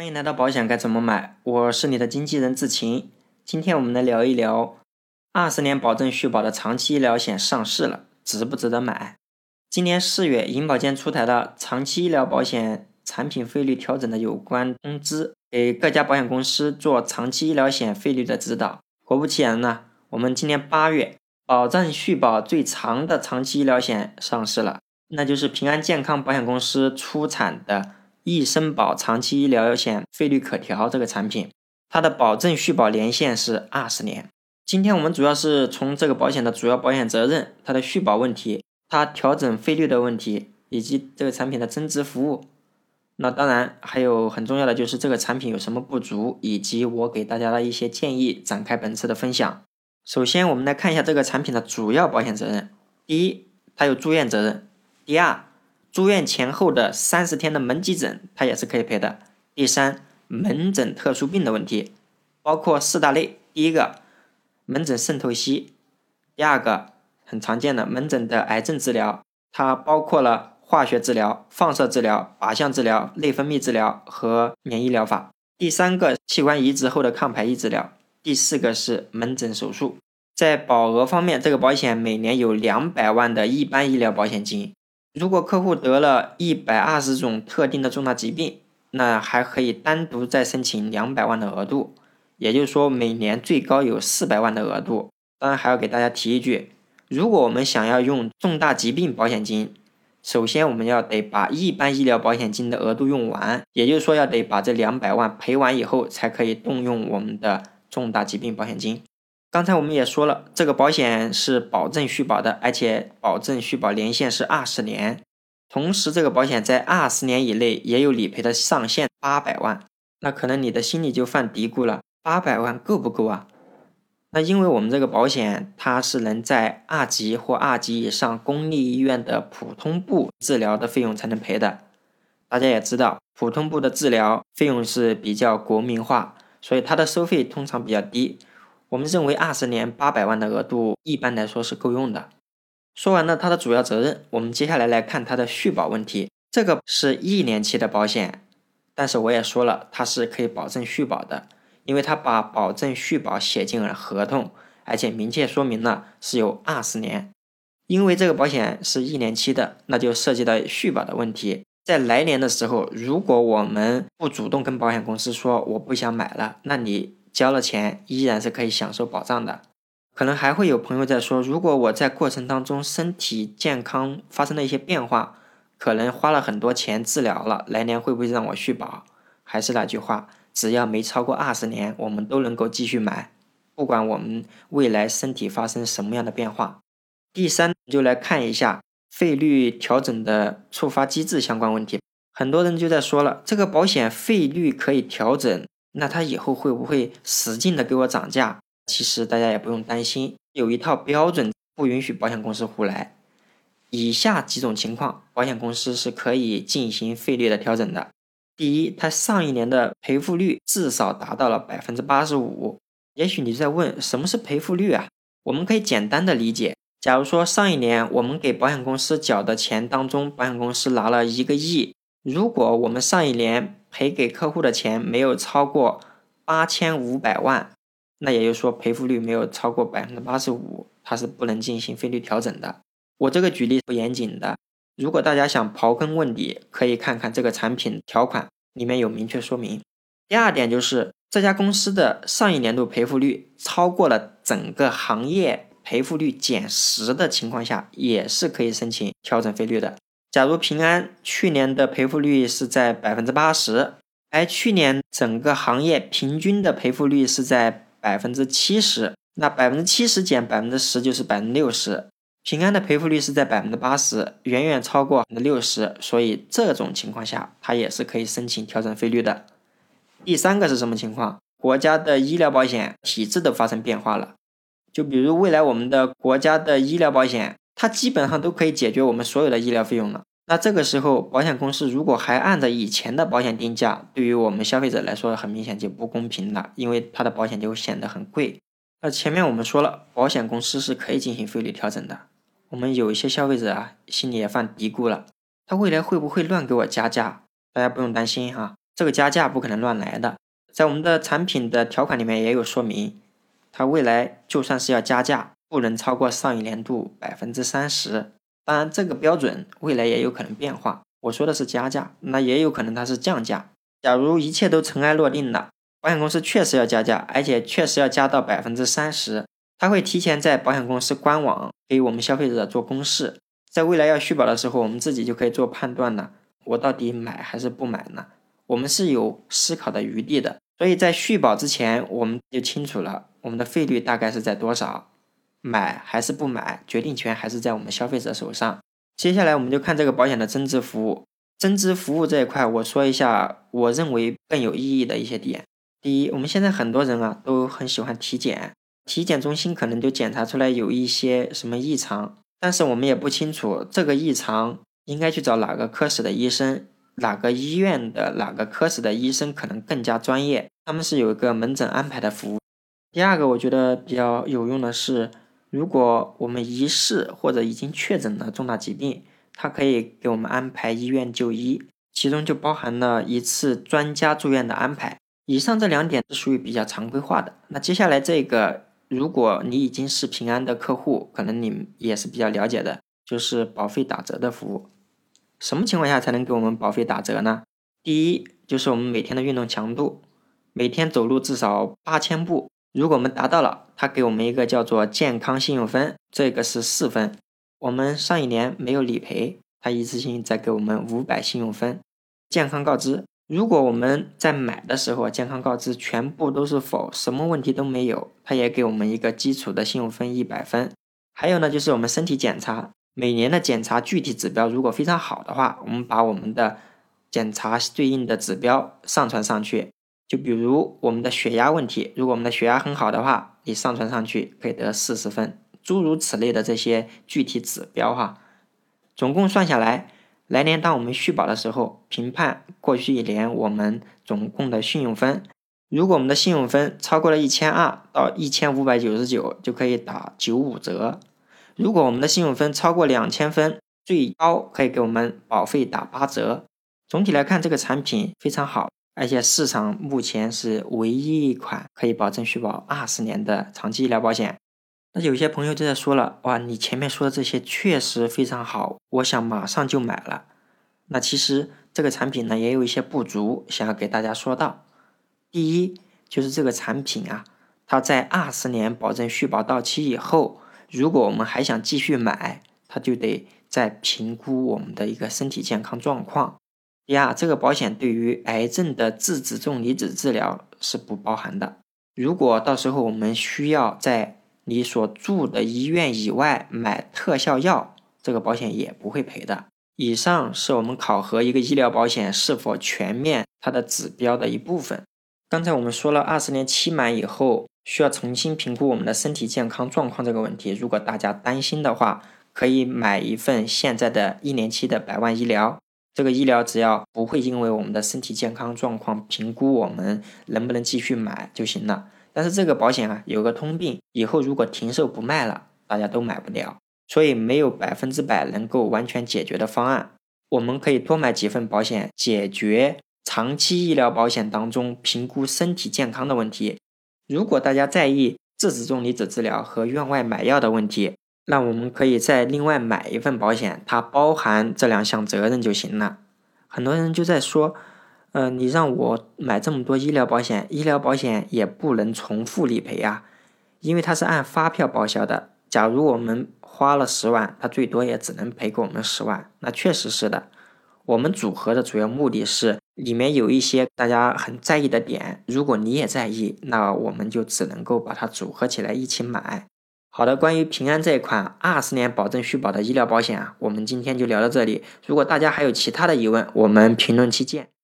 欢迎来到保险该怎么买，我是你的经纪人志勤。今天我们来聊一聊20年保证续保的长期医疗险上市了，值不值得买？今年4月，银保监出台了长期医疗保险产品费率调整的有关通知，给各家保险公司做长期医疗险费率的指导。果不其然呢，我们今年8月，保证续保最长的长期医疗险上市了，那就是平安健康保险公司出产的易生保长期医疗险费率可调这个产品，它的保证续保年限是20年。今天我们主要是从这个保险的主要保险责任、它的续保问题、它调整费率的问题，以及这个产品的增值服务。那当然还有很重要的就是这个产品有什么不足，以及我给大家的一些建议，展开本次的分享。首先我们来看一下这个产品的主要保险责任。第一，它有住院责任。第二，住院前后的30天的门急诊它也是可以赔的。第三，门诊特殊病的问题包括4大类。第一个，门诊肾透析。第二个，很常见的门诊的癌症治疗，它包括了化学治疗、放射治疗、靶向治疗、内分泌治疗和免疫疗法。第三个，器官移植后的抗排异治疗。第四个是门诊手术。在保额方面，这个保险每年有200万的一般医疗保险金。如果客户得了120种特定的重大疾病，那还可以单独再申请200万的额度，也就是说每年最高有400万的额度。当然还要给大家提一句，如果我们想要用重大疾病保险金，首先我们要得把一般医疗保险金的额度用完，也就是说要得把这200万赔完以后才可以动用我们的重大疾病保险金。刚才我们也说了，这个保险是保证续保的，而且保证续保年限是20年。同时这个保险在20年以内也有理赔的上限800万。那可能你的心里就犯嘀咕了，800万够不够啊？那因为我们这个保险它是能在2级或2级以上公立医院的普通部治疗的费用才能赔的。大家也知道，普通部的治疗费用是比较国民化，所以它的收费通常比较低。我们认为20年800万的额度一般来说是够用的。说完了它的主要责任，我们接下来来看它的续保问题。这个是1年期的保险，但是我也说了，它是可以保证续保的，因为它把保证续保写进了合同，而且明确说明了是有20年。因为这个保险是1年期的，那就涉及到续保的问题。在来年的时候，如果我们不主动跟保险公司说我不想买了，那你交了钱依然是可以享受保障的。可能还会有朋友在说，如果我在过程当中身体健康发生了一些变化，可能花了很多钱治疗了，来年会不会让我续保？还是那句话，只要没超过20年，我们都能够继续买，不管我们未来身体发生什么样的变化。第三，就来看一下费率调整的触发机制相关问题。很多人就在说了，这个保险费率可以调整，那它以后会不会使劲的给我涨价？其实大家也不用担心，有一套标准，不允许保险公司胡来。以下几种情况，保险公司是可以进行费率的调整的。第一，它上一年的赔付率至少达到了 85%。也许你在问，什么是赔付率啊？我们可以简单的理解，假如说上一年我们给保险公司缴的钱当中，保险公司拿了1个亿，如果我们上一年赔给客户的钱没有超过8500万，那也就是说赔付率没有超过 85%， 它是不能进行费率调整的。我这个举例不严谨的，如果大家想刨根问底，可以看看这个产品条款里面有明确说明。第二点就是这家公司的上一年度赔付率超过了整个行业赔付率减10的情况下，也是可以申请调整费率的。假如平安去年的赔付率是在 80%， 而去年整个行业平均的赔付率是在 70%， 那 70% 减 10% 就是 60%， 平安的赔付率是在 80%， 远远超过 60%， 所以这种情况下它也是可以申请调整费率的。第三个是什么情况？国家的医疗保险体制都发生变化了，就比如未来我们的国家的医疗保险，它基本上都可以解决我们所有的医疗费用了。那这个时候保险公司如果还按照以前的保险定价，对于我们消费者来说很明显就不公平了，因为它的保险就显得很贵。那前面我们说了，保险公司是可以进行费率调整的。我们有一些消费者心里也犯嘀咕了，他未来会不会乱给我加价？大家不用担心哈， 这个加价不可能乱来的。在我们的产品的条款里面也有说明，它未来就算是要加价，不能超过上一年度30%。当然这个标准未来也有可能变化，我说的是加价，那也有可能它是降价。假如一切都尘埃落定了，保险公司确实要加价，而且确实要加到30%，它会提前在保险公司官网给我们消费者做公示，在未来要续保的时候，我们自己就可以做判断了，我到底买还是不买呢？我们是有思考的余地的，所以在续保之前我们就清楚了我们的费率大概是在多少，买还是不买，决定权还是在我们消费者手上。接下来我们就看这个保险的增值服务。增值服务这一块，我说一下我认为更有意义的一些点。第一，我们现在很多人都很喜欢体检，体检中心可能就检查出来有一些什么异常，但是我们也不清楚这个异常应该去找哪个科室的医生，哪个医院的哪个科室的医生可能更加专业，他们是有一个门诊安排的服务。第二个我觉得比较有用的是，如果我们疑似或者已经确诊了重大疾病，它可以给我们安排医院就医，其中就包含了一次专家住院的安排。以上这2点是属于比较常规化的。那接下来这个，如果你已经是平安的客户，可能你也是比较了解的，就是保费打折的服务。什么情况下才能给我们保费打折呢？第一，就是我们每天的运动强度，每天走路至少8000步，如果我们达到了，它给我们一个叫做健康信用分，这个是4分。我们上一年没有理赔，它一次性再给我们500信用分。健康告知，如果我们在买的时候健康告知全部都是否，什么问题都没有，它也给我们一个基础的信用分100分。还有呢，就是我们身体检查，每年的检查具体指标如果非常好的话，我们把我们的检查对应的指标上传上去，就比如我们的血压问题，如果我们的血压很好的话，你上传上去可以得40分，诸如此类的这些具体指标总共算下来，来年当我们续保的时候，评判过去一年我们总共的信用分，如果我们的信用分超过了1200到1599，就可以打95折。如果我们的信用分超过2000分，最高可以给我们保费打8折。总体来看，这个产品非常好，而且市场目前是唯一一款可以保证续保20年的长期医疗保险。那有些朋友就在说了，哇，你前面说的这些确实非常好，我想马上就买了。那其实这个产品呢也有一些不足，想要给大家说到。第一，就是这个产品它在20年保证续保到期以后，如果我们还想继续买，它就得再评估我们的一个身体健康状况。第二，这个保险对于癌症的质子重离子治疗是不包含的。如果到时候我们需要在你所住的医院以外买特效药，这个保险也不会赔的。以上是我们考核一个医疗保险是否全面它的指标的一部分。刚才我们说了20年期满以后需要重新评估我们的身体健康状况这个问题，如果大家担心的话，可以买一份现在的1年期的100万医疗，这个医疗只要不会因为我们的身体健康状况评估我们能不能继续买就行了。但是这个保险有个通病，以后如果停售不卖了，大家都买不了，所以没有100%能够完全解决的方案。我们可以多买几份保险，解决长期医疗保险当中评估身体健康的问题。如果大家在意质子重离子治疗和院外买药的问题，那我们可以再另外买一份保险，它包含这2项责任就行了。很多人就在说你让我买这么多医疗保险，医疗保险也不能重复理赔因为它是按发票报销的。假如我们花了10万，它最多也只能赔给我们10万，那确实是的。我们组合的主要目的是里面有一些大家很在意的点，如果你也在意，那我们就只能够把它组合起来一起买。好的，关于平安这一款20年保证续保的医疗保险我们今天就聊到这里。如果大家还有其他的疑问，我们评论区见。